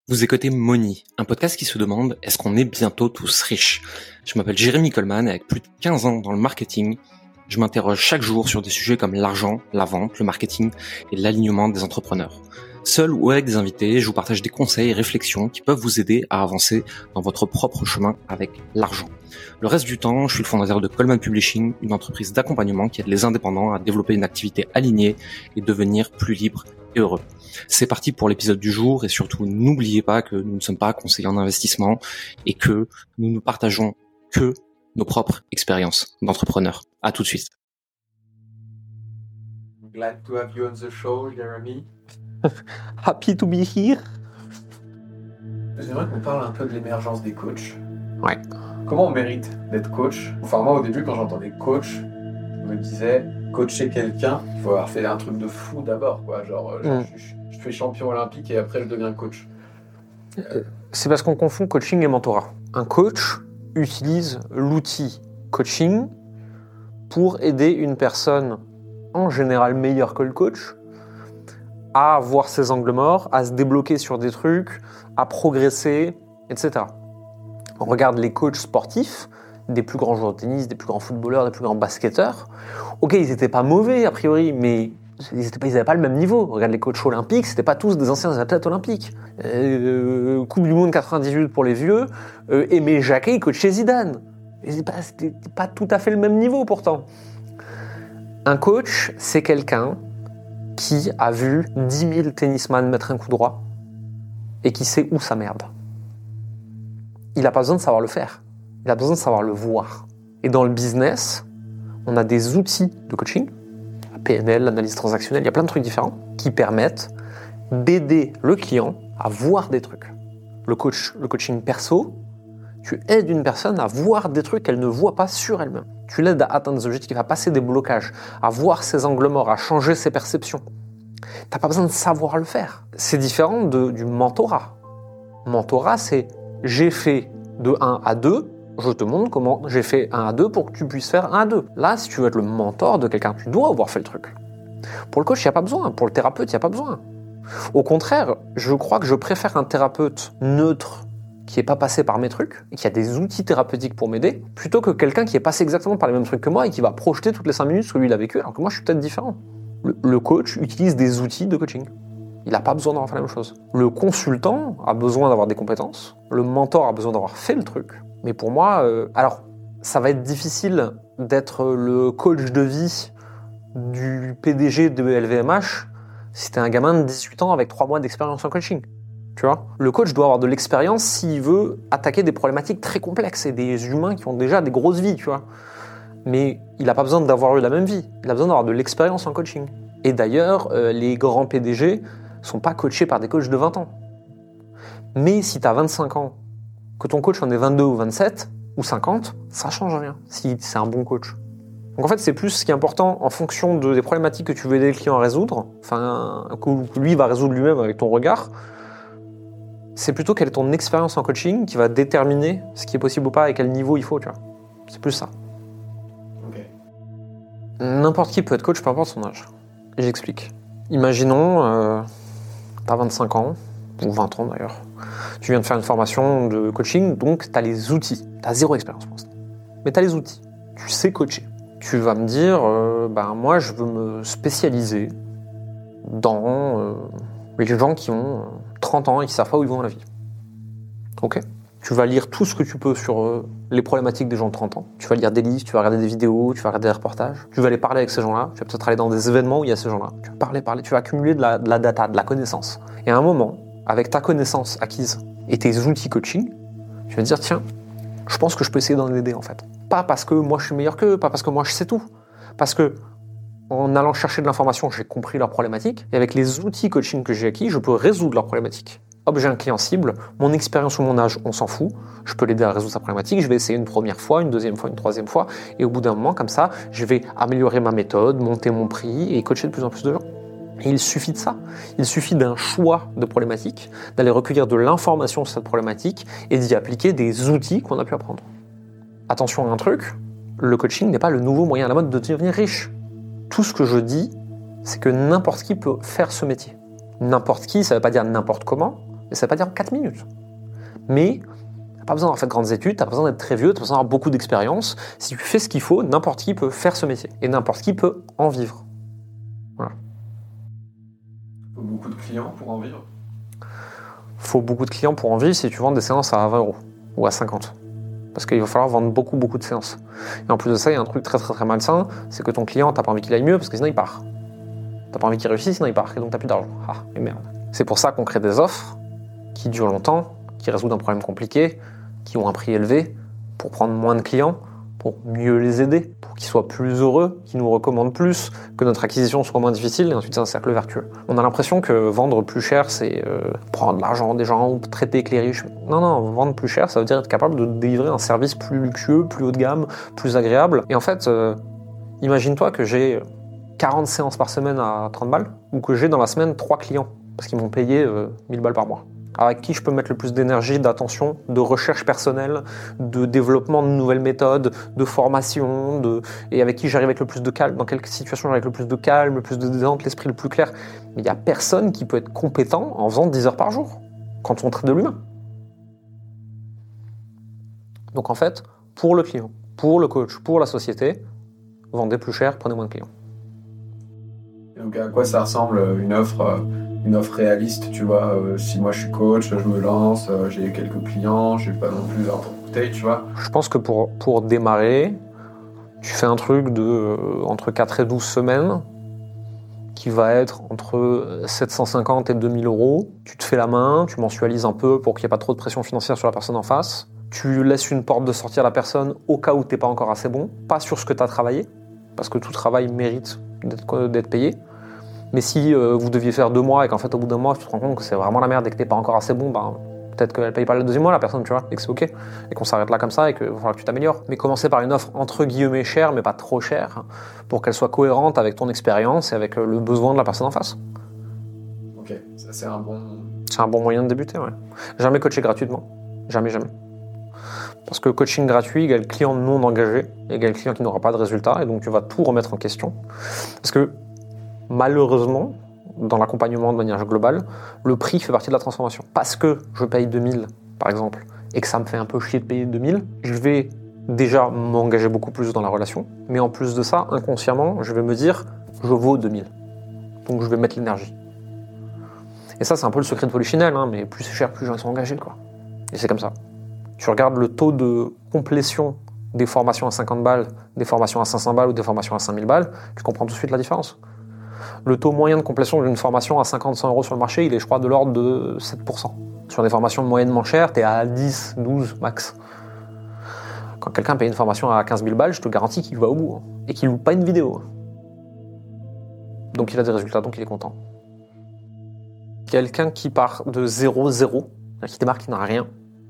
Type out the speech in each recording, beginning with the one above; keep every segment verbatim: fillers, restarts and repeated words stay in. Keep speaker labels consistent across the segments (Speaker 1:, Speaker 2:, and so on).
Speaker 1: Vous écoutez Money, un podcast qui se demande est-ce qu'on est bientôt tous riches. Je m'appelle Jérémy Coleman et avec plus de quinze ans dans le marketing, je m'interroge chaque jour sur des sujets comme l'argent, la vente, le marketing et l'alignement des entrepreneurs. Seul ou avec des invités, je vous partage des conseils et réflexions qui peuvent vous aider à avancer dans votre propre chemin avec l'argent. Le reste du temps, je suis le fondateur de Coleman Publishing, une entreprise d'accompagnement qui aide les indépendants à développer une activité alignée et devenir plus libre et heureux. C'est parti pour l'épisode du jour et surtout n'oubliez pas que nous ne sommes pas conseillers en investissement et que nous ne partageons que nos propres expériences d'entrepreneurs. À tout de suite.
Speaker 2: Glad to have you on the show, Jeremy.
Speaker 3: Happy to be here.
Speaker 2: J'aimerais qu'on parle un peu de l'émergence des coachs.
Speaker 3: Ouais.
Speaker 2: Comment on mérite d'être coach? Enfin, moi, au début, quand j'entendais coach, je me disais, coacher quelqu'un, il faut avoir fait un truc de fou d'abord, quoi. Genre, genre
Speaker 3: mm.
Speaker 2: je, je fais champion olympique et après, je deviens coach.
Speaker 3: C'est parce qu'on confond coaching et mentorat. Un coach utilise l'outil coaching pour aider une personne, en général meilleure que le coach, à voir ses angles morts, à se débloquer sur des trucs, à progresser, et cetera. On regarde les coachs sportifs, des plus grands joueurs de tennis, des plus grands footballeurs, des plus grands basketteurs. Ok, ils n'étaient pas mauvais a priori, mais ils n'avaient pas le même niveau. Regarde les coachs olympiques, c'était pas tous des anciens athlètes olympiques. Euh, coupe du Monde quatre-vingt-dix-huit pour les vieux, euh, Aimé Jacquet, il coachait Zidane. Et pas, c'était pas tout à fait le même niveau pourtant. Un coach, c'est quelqu'un qui a vu dix mille tennisman mettre un coup droit et qui sait où ça merde. Il n'a pas besoin de savoir le faire, il a besoin de savoir le voir. Et dans le business, on a des outils de coaching, la P N L, l'analyse transactionnelle, il y a plein de trucs différents qui permettent d'aider le client à voir des trucs. Le coach, le coaching perso, tu aides une personne à voir des trucs qu'elle ne voit pas sur elle-même. Tu l'aides à atteindre des objectifs, à passer des blocages, à voir ses angles morts, à changer ses perceptions. Tu n'as pas besoin de savoir le faire. C'est différent de, du mentorat. Mentorat, c'est j'ai fait de un à deux, je te montre comment j'ai fait un à deux pour que tu puisses faire un à deux. Là, si tu veux être le mentor de quelqu'un, tu dois avoir fait le truc. Pour le coach, il n'y a pas besoin. Pour le thérapeute, il n'y a pas besoin. Au contraire, je crois que je préfère un thérapeute neutre qui n'est pas passé par mes trucs, et qui a des outils thérapeutiques pour m'aider, plutôt que quelqu'un qui est passé exactement par les mêmes trucs que moi et qui va projeter toutes les cinq minutes ce que lui il a vécu, alors que moi je suis peut-être différent. Le, le coach utilise des outils de coaching. Il n'a pas besoin d'avoir fait la même chose. Le consultant a besoin d'avoir des compétences, le mentor a besoin d'avoir fait le truc. Mais pour moi, euh, alors, ça va être difficile d'être le coach de vie du P D G de L V M H si t'es un gamin de dix-huit ans avec trois mois d'expérience en coaching. Tu vois, le coach doit avoir de l'expérience s'il veut attaquer des problématiques très complexes et des humains qui ont déjà des grosses vies, tu vois. Mais il n'a pas besoin d'avoir eu la même vie. Il a besoin d'avoir de l'expérience en coaching. Et d'ailleurs, euh, les grands P D G ne sont pas coachés par des coachs de vingt ans. Mais si tu as vingt-cinq ans, que ton coach en ait vingt-deux ou vingt-sept ou cinquante, ça ne change rien si c'est un bon coach. Donc en fait, c'est plus ce qui est important en fonction de, des problématiques que tu veux aider le client à résoudre, enfin, que lui va résoudre lui-même avec ton regard. C'est plutôt quelle est ton expérience en coaching qui va déterminer ce qui est possible ou pas et quel niveau il faut, tu vois. C'est plus ça.
Speaker 2: Ok.
Speaker 3: N'importe qui peut être coach, peu importe son âge. Et j'explique. Imaginons, euh, t'as vingt-cinq ans, ou vingt ans d'ailleurs. Tu viens de faire une formation de coaching, donc t'as les outils. T'as zéro expérience pour l'instant. Mais t'as les outils. Tu sais coacher. Tu vas me dire, euh, ben moi je veux me spécialiser dans euh, les gens qui ont trente ans et qui savent pas où ils vont dans la vie. Ok. Tu vas lire tout ce que tu peux sur euh, les problématiques des gens de trente ans. Tu vas lire des livres, tu vas regarder des vidéos, tu vas regarder des reportages. Tu vas aller parler avec ces gens-là. Tu vas peut-être aller dans des événements où il y a ces gens-là. Tu vas parler, parler. Tu vas accumuler de la, de la data, de la connaissance. Et à un moment, avec ta connaissance acquise et tes outils coaching, tu vas te dire, tiens, je pense que je peux essayer d'en aider en fait. Pas parce que moi je suis meilleur qu'eux, pas parce que moi je sais tout. Parce que en allant chercher de l'information, j'ai compris leurs problématiques. Et avec les outils coaching que j'ai acquis, je peux résoudre leurs problématiques. Hop, j'ai un client cible, mon expérience ou mon âge, on s'en fout. Je peux l'aider à résoudre sa problématique. Je vais essayer une première fois, une deuxième fois, une troisième fois. Et au bout d'un moment, comme ça, je vais améliorer ma méthode, monter mon prix et coacher de plus en plus de gens. Et il suffit de ça. Il suffit d'un choix de problématique, d'aller recueillir de l'information sur cette problématique et d'y appliquer des outils qu'on a pu apprendre. Attention à un truc, le coaching n'est pas le nouveau moyen à la mode de devenir riche. Tout ce que je dis, c'est que n'importe qui peut faire ce métier. N'importe qui, ça ne veut pas dire n'importe comment. Et ça ne veut pas dire quatre minutes. Mais t'as pas besoin d'avoir fait de grandes études, t'as pas besoin d'être très vieux, t'as pas besoin d'avoir beaucoup d'expérience. Si tu fais ce qu'il faut, n'importe qui peut faire ce métier. Et n'importe qui peut en vivre. Voilà.
Speaker 2: Faut beaucoup de clients pour en vivre.
Speaker 3: Faut beaucoup de clients pour en vivre si tu vends des séances à vingt euros ou à cinquante. Parce qu'il va falloir vendre beaucoup, beaucoup de séances. Et en plus de ça, il y a un truc très, très, très malsain, c'est que ton client, t'as pas envie qu'il aille mieux parce que sinon il part. T'as pas envie qu'il réussisse, sinon il part. Et donc t'as plus d'argent. Ah, et merde. C'est pour ça qu'on crée des offres qui durent longtemps, qui résoudent un problème compliqué, qui ont un prix élevé, pour prendre moins de clients, pour mieux les aider, pour qu'ils soient plus heureux, qu'ils nous recommandent plus, que notre acquisition soit moins difficile, et ensuite c'est un cercle vertueux. On a l'impression que vendre plus cher, c'est euh, prendre de l'argent des gens, ou traiter que les riches. Non, non, vendre plus cher, ça veut dire être capable de délivrer un service plus luxueux, plus haut de gamme, plus agréable. Et en fait, euh, imagine-toi que j'ai quarante séances par semaine à trente balles, ou que j'ai dans la semaine trois clients, parce qu'ils m'ont payé euh, mille balles par mois. Avec qui je peux mettre le plus d'énergie, d'attention, de recherche personnelle, de développement de nouvelles méthodes, de formation, de... et avec qui j'arrive avec le plus de calme, dans quelle situation j'arrive avec le plus de calme, le plus de détente, l'esprit le plus clair. Mais il n'y a personne qui peut être compétent en faisant dix heures par jour, quand on traite de l'humain. Donc en fait, pour le client, pour le coach, pour la société, vendez plus cher, prenez moins de clients.
Speaker 2: Et donc à quoi ça ressemble une offre euh... Une offre réaliste, tu vois, euh, si moi je suis coach, je me lance, euh, j'ai quelques clients, j'ai pas non plus l'argent de bouteille, tu vois.
Speaker 3: Je pense que pour, pour démarrer, tu fais un truc de euh, entre quatre et douze semaines qui va être entre sept cent cinquante et deux mille euros. Tu te fais la main, tu mensualises un peu pour qu'il n'y ait pas trop de pression financière sur la personne en face. Tu laisses une porte de sortie à la personne au cas où tu n'es pas encore assez bon, pas sur ce que tu as travaillé, parce que tout travail mérite d'être, d'être payé. Mais si euh, vous deviez faire deux mois et qu'en fait au bout d'un mois tu te rends compte que c'est vraiment la merde et que t'es pas encore assez bon, ben, peut-être qu'elle paye pas le deuxième mois la personne, tu vois, et que c'est ok, et qu'on s'arrête là comme ça et qu'il va falloir que tu t'améliores. Mais commencer par une offre entre guillemets chère, mais pas trop chère, pour qu'elle soit cohérente avec ton expérience et avec le besoin de la personne en face.
Speaker 2: Ok, ça c'est un bon...
Speaker 3: C'est un bon moyen de débuter, ouais. Jamais coacher gratuitement, jamais, jamais. Parce que coaching gratuit égale client non engagé, égale client qui n'aura pas de résultat, et donc tu vas tout remettre en question. Parce que malheureusement, dans l'accompagnement de manière globale, le prix fait partie de la transformation. Parce que je paye deux mille, par exemple, et que ça me fait un peu chier de payer deux mille, je vais déjà m'engager beaucoup plus dans la relation, mais en plus de ça, inconsciemment, je vais me dire, je vaux deux mille. Donc je vais mettre l'énergie. Et ça, c'est un peu le secret de Polichinelle, hein, mais plus c'est cher, plus les gens sont engagés, quoi. Et c'est comme ça. Tu regardes le taux de complétion des formations à cinquante balles, des formations à cinq cents balles ou des formations à cinq mille balles, tu comprends tout de suite la différence. Le taux moyen de complétion d'une formation à cinquante à cent euros sur le marché, il est, je crois, de l'ordre de sept pour cent. Sur des formations moyennement chères, t'es à dix, douze max. Quand quelqu'un paye une formation à quinze mille balles, je te garantis qu'il va au bout, hein, et qu'il loupe pas une vidéo. Donc il a des résultats, donc il est content. Quelqu'un qui part de zéro zéro, qui démarre, qui n'a rien.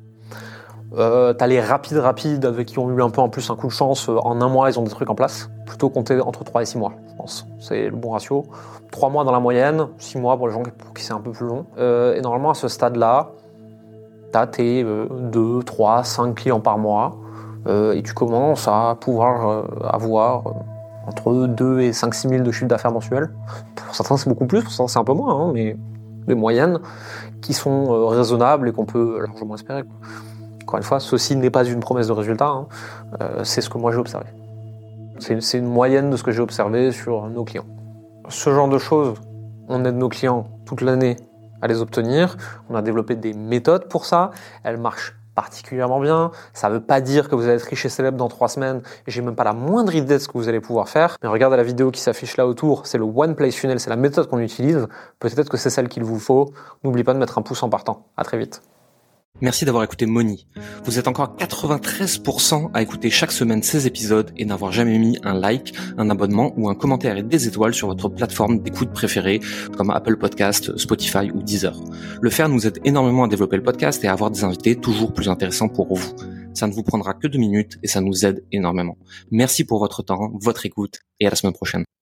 Speaker 3: Euh, t'as les rapides rapides avec qui ont eu un peu en plus un coup de chance, en un mois ils ont des trucs en place, plutôt compter entre trois et six mois, je pense. C'est le bon ratio. trois mois dans la moyenne, six mois pour les gens pour qui c'est un peu plus long. Euh, et normalement à ce stade-là, t'as tes euh, deux, trois, cinq clients par mois, euh, et tu commences à pouvoir euh, avoir euh, entre deux et cinq six mille de chiffre d'affaires mensuel. Pour certains c'est beaucoup plus, pour certains c'est un peu moins, hein, mais des moyennes qui sont euh, raisonnables et qu'on peut largement espérer, quoi. Encore une fois, ceci n'est pas une promesse de résultat, hein. euh, c'est ce que moi j'ai observé. C'est une, c'est une moyenne de ce que j'ai observé sur nos clients. Ce genre de choses, on aide nos clients toute l'année à les obtenir. On a développé des méthodes pour ça. Elles marchent particulièrement bien. Ça ne veut pas dire que vous allez être riche et célèbre dans trois semaines. Et j'ai même pas la moindre idée de ce que vous allez pouvoir faire. Mais regardez la vidéo qui s'affiche là autour. C'est le One Place Funnel. C'est la méthode qu'on utilise. Peut-être que c'est celle qu'il vous faut. N'oubliez pas de mettre un pouce en partant. À très vite.
Speaker 1: Merci d'avoir écouté Money. Vous êtes encore quatre-vingt-treize pour cent à écouter chaque semaine ces épisodes et n'avoir jamais mis un like, un abonnement ou un commentaire et des étoiles sur votre plateforme d'écoute préférée comme Apple Podcast, Spotify ou Deezer. Le faire nous aide énormément à développer le podcast et à avoir des invités toujours plus intéressants pour vous. Ça ne vous prendra que deux minutes et ça nous aide énormément. Merci pour votre temps, votre écoute et à la semaine prochaine.